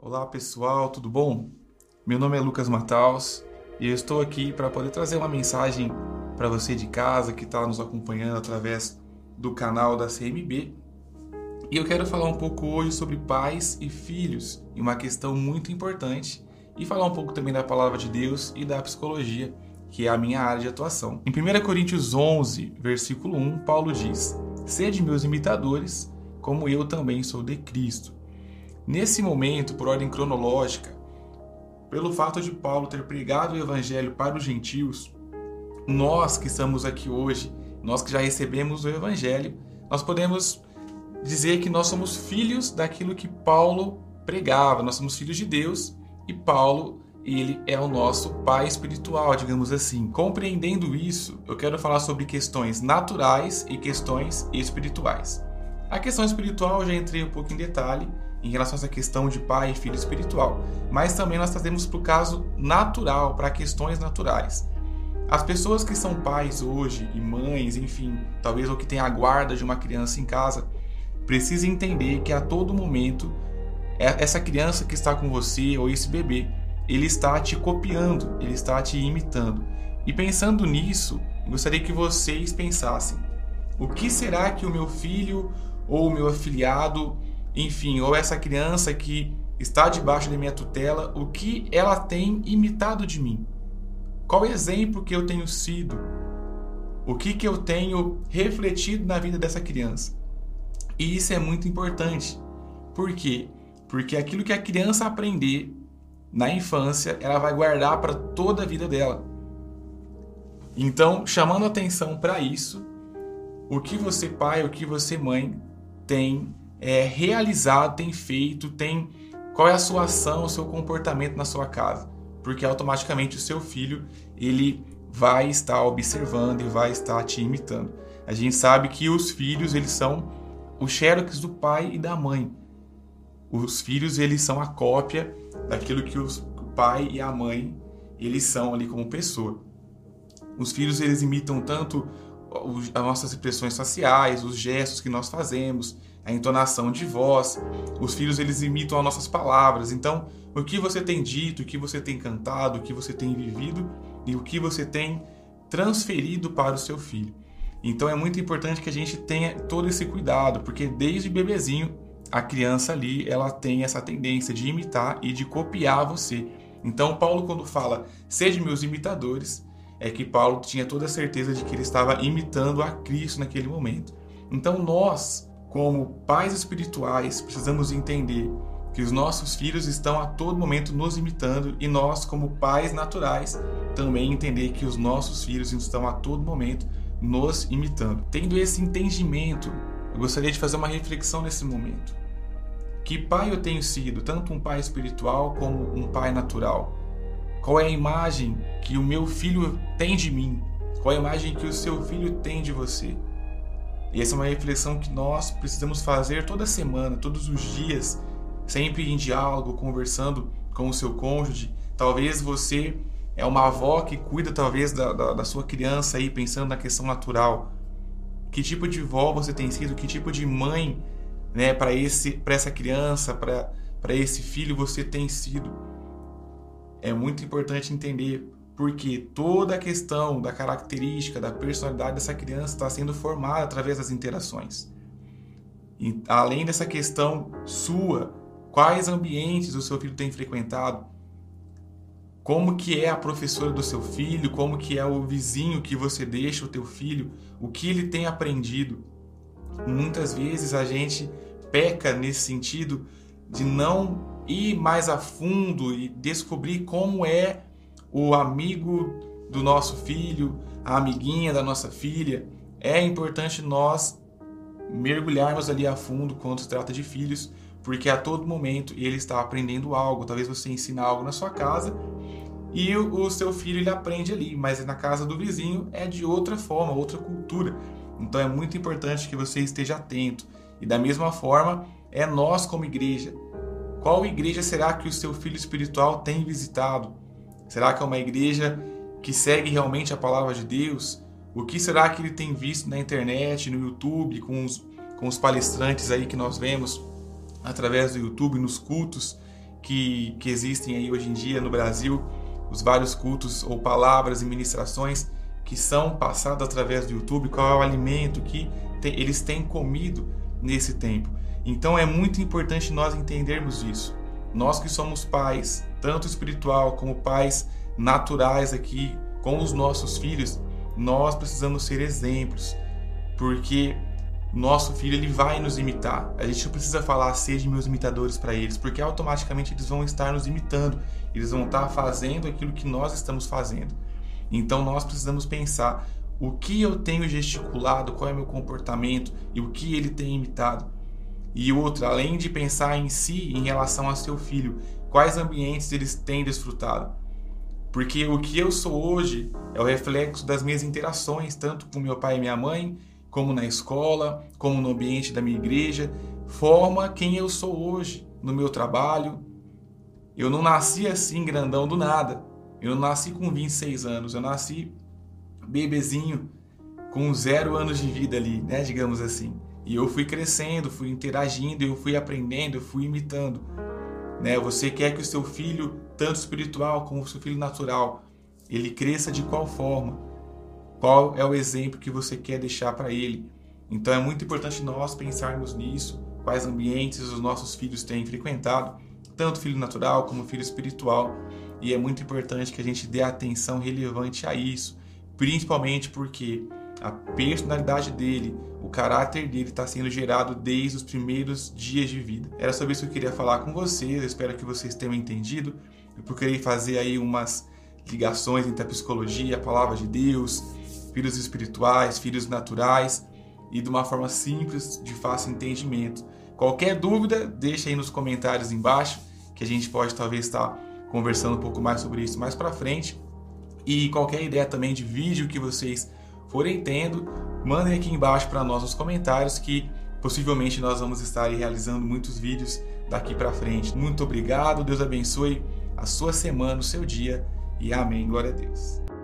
Olá pessoal, tudo bom? Meu nome é Lucas Mataus e eu estou aqui para poder trazer uma mensagem para você de casa que está nos acompanhando através do canal da CMB. E eu quero falar um pouco hoje sobre pais e filhos, e uma questão muito importante, e falar um pouco também da palavra de Deus e da psicologia, que é a minha área de atuação. Em 1 Coríntios 11, versículo 1, Paulo diz: "Sede meus imitadores, como eu também sou de Cristo." Nesse momento, por ordem cronológica, pelo fato de Paulo ter pregado o evangelho para os gentios, nós que estamos aqui hoje, nós que já recebemos o evangelho, nós podemos dizer que nós somos filhos daquilo que Paulo pregava, nós somos filhos de Deus e Paulo, ele é o nosso pai espiritual, digamos assim. Compreendendo isso, eu quero falar sobre questões naturais e questões espirituais. A questão espiritual eu já entrei um pouco em detalhe em relação a essa questão de pai e filho espiritual, mas também nós trazemos para o caso natural, para questões naturais. As pessoas que são pais hoje e mães, enfim, talvez ou que têm a guarda de uma criança em casa, precisam entender que a todo momento essa criança que está com você ou esse bebê, ele está te copiando, ele está te imitando. E pensando nisso, eu gostaria que vocês pensassem: o que será que o meu filho ou o meu afilhado, enfim, ou essa criança que está debaixo da minha tutela, o que ela tem imitado de mim? Qual exemplo que eu tenho sido? O que eu tenho refletido na vida dessa criança? E isso é muito importante. Por quê? Porque aquilo que a criança aprender na infância, ela vai guardar para toda a vida dela. Então, chamando atenção para isso, o que você pai, o que você mãe tem realizado, tem feito, qual é a sua ação, o seu comportamento na sua casa, porque automaticamente o seu filho ele vai estar observando e vai estar te imitando. A gente sabe que os filhos eles são os xerox do pai e da mãe. Os filhos eles são a cópia daquilo que o pai e a mãe eles são ali como pessoa. Os filhos eles imitam tanto as nossas expressões faciais, os gestos que nós fazemos, a entonação de voz. Os filhos eles imitam as nossas palavras. Então, o que você tem dito, o que você tem cantado, o que você tem vivido e o que você tem transferido para o seu filho. Então, é muito importante que a gente tenha todo esse cuidado, porque desde bebezinho a criança ali ela tem essa tendência de imitar e de copiar você. Então, Paulo quando fala "sede meus imitadores", é que Paulo tinha toda a certeza de que ele estava imitando a Cristo naquele momento. Então nós, como pais espirituais, precisamos entender que os nossos filhos estão a todo momento nos imitando e nós, como pais naturais, também entender que os nossos filhos estão a todo momento nos imitando. Tendo esse entendimento, eu gostaria de fazer uma reflexão nesse momento. Que pai eu tenho sido, tanto um pai espiritual como um pai natural? Qual é a imagem que o meu filho tem de mim? Qual é a imagem que o seu filho tem de você? E essa é uma reflexão que nós precisamos fazer toda semana, todos os dias, sempre em diálogo, conversando com o seu cônjuge. Talvez você é uma avó que cuida talvez da sua criança aí, pensando na questão natural. Que tipo de vó você tem sido? Que tipo de mãe, né, para essa criança, para esse filho você tem sido? É muito importante entender porque toda a questão da característica, da personalidade dessa criança está sendo formada através das interações. E, além dessa questão sua, quais ambientes o seu filho tem frequentado? Como que é a professora do seu filho? Como que é o vizinho que você deixa o teu filho? O que ele tem aprendido? Muitas vezes a gente peca nesse sentido de não ir mais a fundo e descobrir como é o amigo do nosso filho, a amiguinha da nossa filha. É importante nós mergulharmos ali a fundo quando se trata de filhos, porque a todo momento ele está aprendendo algo. Talvez você ensine algo na sua casa e o seu filho ele aprende ali, mas na casa do vizinho é de outra forma, outra cultura. Então é muito importante que você esteja atento. E da mesma forma, é nós como igreja. Qual igreja será que o seu filho espiritual tem visitado? Será que é uma igreja que segue realmente a palavra de Deus? O que será que ele tem visto na internet, no YouTube, com os palestrantes aí que nós vemos através do YouTube, nos cultos? que existem aí hoje em dia no Brasil, os vários cultos ou palavras e ministrações que são passadas através do YouTube, qual é o alimento que eles têm comido nesse tempo. Então é muito importante nós entendermos isso. Nós que somos pais, tanto espiritual como pais naturais aqui com os nossos filhos, nós precisamos ser exemplos, porque nosso filho ele vai nos imitar. A gente não precisa falar sejam meus imitadores para eles, porque automaticamente eles vão estar nos imitando, eles vão estar fazendo aquilo que nós estamos fazendo. Então nós precisamos pensar o que eu tenho gesticulado, qual é o meu comportamento e o que ele tem imitado. E outra, além de pensar em si, em relação a seu filho, quais ambientes eles têm desfrutado. Porque o que eu sou hoje é o reflexo das minhas interações, tanto com meu pai e minha mãe, como na escola, como no ambiente da minha igreja, forma quem eu sou hoje no meu trabalho. Eu não nasci assim grandão do nada. Eu não nasci com 26 anos, eu nasci bebezinho, com 0 anos de vida ali, né, digamos assim. E eu fui crescendo, fui interagindo, eu fui aprendendo, eu fui imitando. Né? Você quer que o seu filho, tanto espiritual como o seu filho natural, ele cresça de qual forma? Qual é o exemplo que você quer deixar para ele? Então é muito importante nós pensarmos nisso, quais ambientes os nossos filhos têm frequentado, tanto filho natural como filho espiritual. E é muito importante que a gente dê atenção relevante a isso, principalmente porque a personalidade dele, o caráter dele está sendo gerado desde os primeiros dias de vida. Era sobre isso que eu queria falar com vocês, eu espero que vocês tenham entendido. Eu procurei fazer aí umas ligações entre a psicologia, a palavra de Deus, filhos espirituais, filhos naturais, e de uma forma simples, de fácil entendimento. Qualquer dúvida, deixa aí nos comentários embaixo, que a gente pode talvez estar conversando um pouco mais sobre isso mais para frente. E qualquer ideia também de vídeo que vocês forem tendo, mandem aqui embaixo para nós nos comentários, que possivelmente nós vamos estar aí realizando muitos vídeos daqui para frente. Muito obrigado, Deus abençoe a sua semana, o seu dia, e amém, glória a Deus.